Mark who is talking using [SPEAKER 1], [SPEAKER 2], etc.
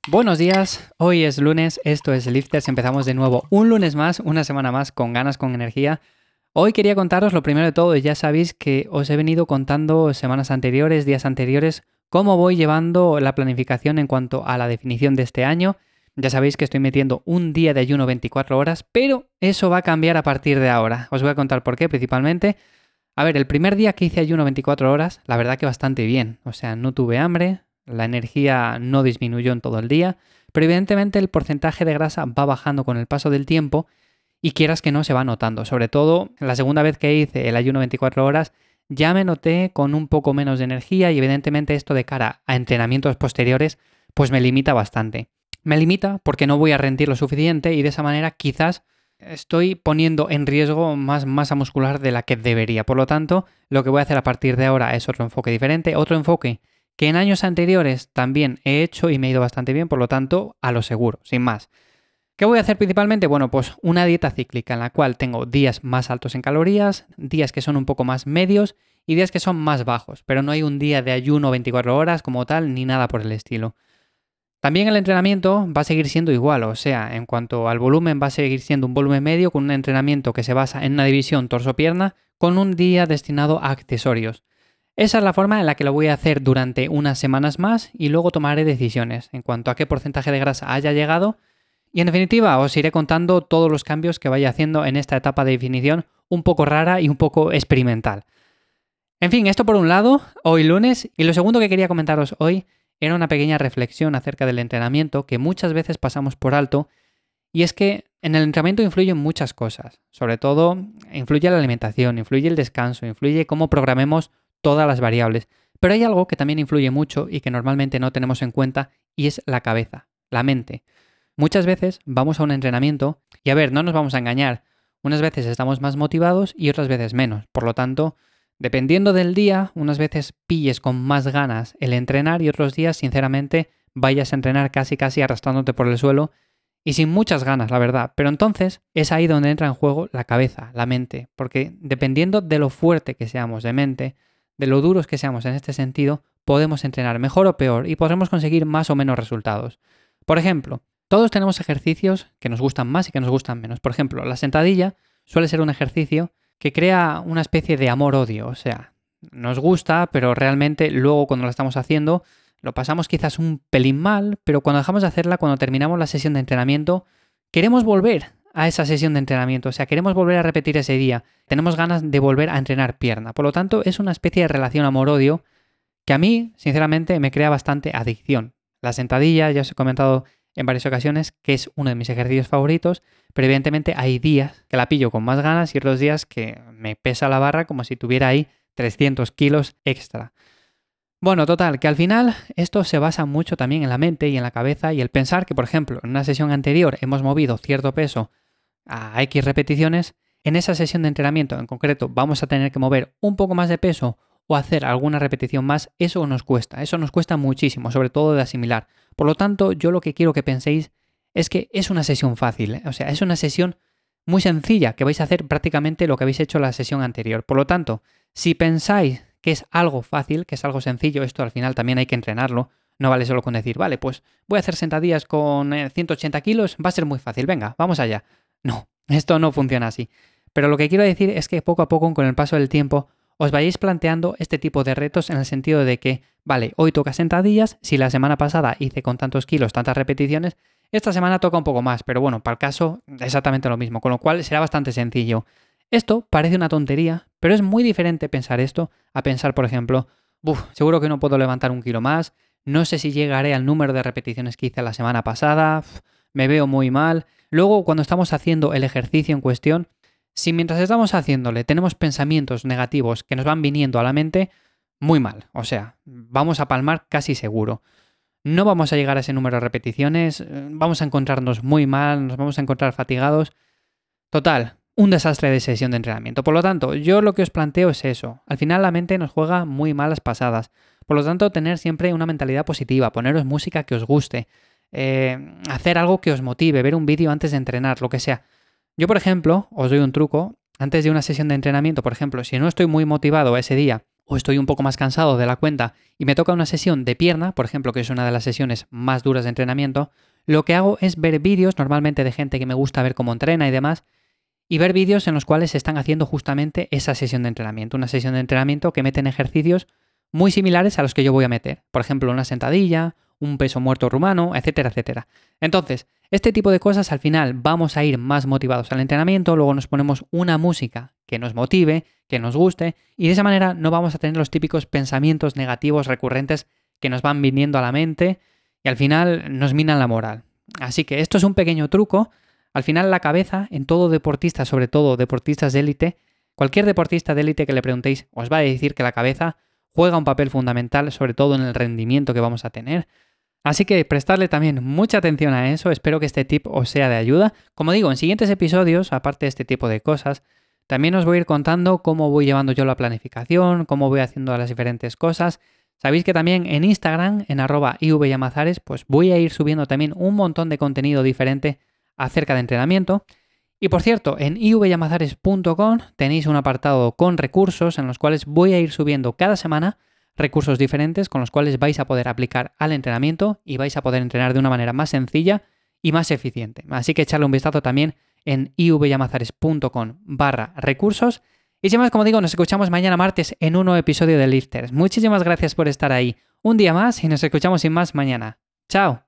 [SPEAKER 1] Buenos días, hoy es lunes, esto es Lifters, empezamos de nuevo un lunes más, una semana más, con ganas, con energía. Hoy quería contaros lo primero de todo, ya sabéis que os he venido contando semanas anteriores, días anteriores, cómo voy llevando la planificación en cuanto a la definición de este año. Ya sabéis que estoy metiendo un día de ayuno 24 horas, pero eso va a cambiar a partir de ahora. Os voy a contar por qué principalmente. A ver, el primer día que hice ayuno 24 horas, la verdad que bastante bien. O sea, no tuve hambre, la energía no disminuyó en todo el día, pero evidentemente el porcentaje de grasa va bajando con el paso del tiempo y quieras que no se va notando. Sobre todo, la segunda vez que hice el ayuno 24 horas, ya me noté con un poco menos de energía y evidentemente esto de cara a entrenamientos posteriores, pues me limita bastante. Me limita porque no voy a rendir lo suficiente y de esa manera quizás estoy poniendo en riesgo más masa muscular de la que debería. Por lo tanto, lo que voy a hacer a partir de ahora es otro enfoque diferente, otro enfoque que en años anteriores también he hecho y me ha ido bastante bien, por lo tanto, a lo seguro, sin más. ¿Qué voy a hacer principalmente? Bueno, pues una dieta cíclica en la cual tengo días más altos en calorías, días que son un poco más medios y días que son más bajos, pero no hay un día de ayuno 24 horas como tal ni nada por el estilo. También el entrenamiento va a seguir siendo igual, o sea, en cuanto al volumen va a seguir siendo un volumen medio con un entrenamiento que se basa en una división torso-pierna con un día destinado a accesorios. Esa es la forma en la que lo voy a hacer durante unas semanas más y luego tomaré decisiones en cuanto a qué porcentaje de grasa haya llegado y en definitiva os iré contando todos los cambios que vaya haciendo en esta etapa de definición un poco rara y un poco experimental. En fin, esto por un lado, hoy lunes, y lo segundo que quería comentaros hoy era una pequeña reflexión acerca del entrenamiento que muchas veces pasamos por alto y es que en el entrenamiento influyen muchas cosas, sobre todo influye la alimentación, influye el descanso, influye cómo programemos todas las variables. Pero hay algo que también influye mucho y que normalmente no tenemos en cuenta y es la cabeza, la mente. Muchas veces vamos a un entrenamiento y a ver, no nos vamos a engañar, unas veces estamos más motivados y otras veces menos. Por lo tanto, dependiendo del día, unas veces pilles con más ganas el entrenar y otros días, sinceramente, vayas a entrenar casi arrastrándote por el suelo y sin muchas ganas, la verdad. Pero entonces es ahí donde entra en juego la cabeza, la mente, porque dependiendo de lo fuerte que seamos de mente, de lo duros que seamos en este sentido, podemos entrenar mejor o peor y podremos conseguir más o menos resultados. Por ejemplo, todos tenemos ejercicios que nos gustan más y que nos gustan menos. Por ejemplo, la sentadilla suele ser un ejercicio que crea una especie de amor-odio. O sea, nos gusta, pero realmente luego cuando lo estamos haciendo lo pasamos quizás un pelín mal, pero cuando dejamos de hacerla, cuando terminamos la sesión de entrenamiento, queremos volver a esa sesión de entrenamiento. O sea, queremos volver a repetir ese día. Tenemos ganas de volver a entrenar pierna. Por lo tanto, es una especie de relación amor-odio que a mí, sinceramente, me crea bastante adicción. La sentadilla, ya os he comentado en varias ocasiones, que es uno de mis ejercicios favoritos, pero evidentemente hay días que la pillo con más ganas y otros días que me pesa la barra como si tuviera ahí 300 kilos extra. Bueno, total, que al final esto se basa mucho también en la mente y en la cabeza y el pensar que, por ejemplo, en una sesión anterior hemos movido cierto peso a X repeticiones, en esa sesión de entrenamiento en concreto vamos a tener que mover un poco más de peso o hacer alguna repetición más, eso nos cuesta muchísimo, sobre todo de asimilar. Por lo tanto, yo lo que quiero que penséis es que es una sesión fácil, ¿eh? O sea, es una sesión muy sencilla, que vais a hacer prácticamente lo que habéis hecho la sesión anterior. Por lo tanto, si pensáis que es algo fácil, que es algo sencillo, esto al final también hay que entrenarlo, no vale solo con decir, vale, pues voy a hacer sentadillas con 180 kilos, va a ser muy fácil, venga, vamos allá. No, esto no funciona así. Pero lo que quiero decir es que poco a poco, con el paso del tiempo, os vayáis planteando este tipo de retos en el sentido de que, vale, hoy toca sentadillas, si la semana pasada hice con tantos kilos, tantas repeticiones, esta semana toca un poco más, pero bueno, para el caso, exactamente lo mismo, con lo cual será bastante sencillo. Esto parece una tontería, pero es muy diferente pensar esto a pensar, por ejemplo, seguro que no puedo levantar un kilo más, no sé si llegaré al número de repeticiones que hice la semana pasada, me veo muy mal. Luego, cuando estamos haciendo el ejercicio en cuestión, si mientras estamos haciéndole tenemos pensamientos negativos que nos van viniendo a la mente, muy mal. O sea, vamos a palmar casi seguro. No vamos a llegar a ese número de repeticiones, vamos a encontrarnos muy mal, nos vamos a encontrar fatigados. Total, un desastre de sesión de entrenamiento. Por lo tanto, yo lo que os planteo es eso. Al final la mente nos juega muy malas pasadas. Por lo tanto, tener siempre una mentalidad positiva, poneros música que os guste, hacer algo que os motive, ver un vídeo antes de entrenar, lo que sea. Yo, por ejemplo, os doy un truco. Antes de una sesión de entrenamiento, por ejemplo, si no estoy muy motivado ese día o estoy un poco más cansado de la cuenta y me toca una sesión de pierna, por ejemplo, que es una de las sesiones más duras de entrenamiento, lo que hago es ver vídeos normalmente de gente que me gusta ver cómo entrena y demás, y ver vídeos en los cuales se están haciendo justamente esa sesión de entrenamiento, una sesión de entrenamiento que meten ejercicios muy similares a los que yo voy a meter, por ejemplo, una sentadilla, un peso muerto rumano, etcétera, etcétera. Entonces, este tipo de cosas al final vamos a ir más motivados al entrenamiento, luego nos ponemos una música que nos motive, que nos guste, y de esa manera no vamos a tener los típicos pensamientos negativos recurrentes que nos van viniendo a la mente y al final nos minan la moral. Así que esto es un pequeño truco. Al final la cabeza, en todo deportista, sobre todo deportistas de élite, cualquier deportista de élite que le preguntéis os va a decir que la cabeza juega un papel fundamental, sobre todo en el rendimiento que vamos a tener. Así que prestarle también mucha atención a eso, espero que este tip os sea de ayuda. Como digo, en siguientes episodios, aparte de este tipo de cosas, también os voy a ir contando cómo voy llevando yo la planificación, cómo voy haciendo las diferentes cosas. Sabéis que también en Instagram, en @ivyamazares, pues voy a ir subiendo también un montón de contenido diferente acerca de entrenamiento. Y por cierto, en ivyamazares.com tenéis un apartado con recursos en los cuales voy a ir subiendo cada semana recursos diferentes con los cuales vais a poder aplicar al entrenamiento y vais a poder entrenar de una manera más sencilla y más eficiente. Así que echarle un vistazo también en ivyamazares.com/recursos. Y sin más, como digo, nos escuchamos mañana martes en un nuevo episodio de Lifters. Muchísimas gracias por estar ahí un día más y nos escuchamos sin más mañana. ¡Chao!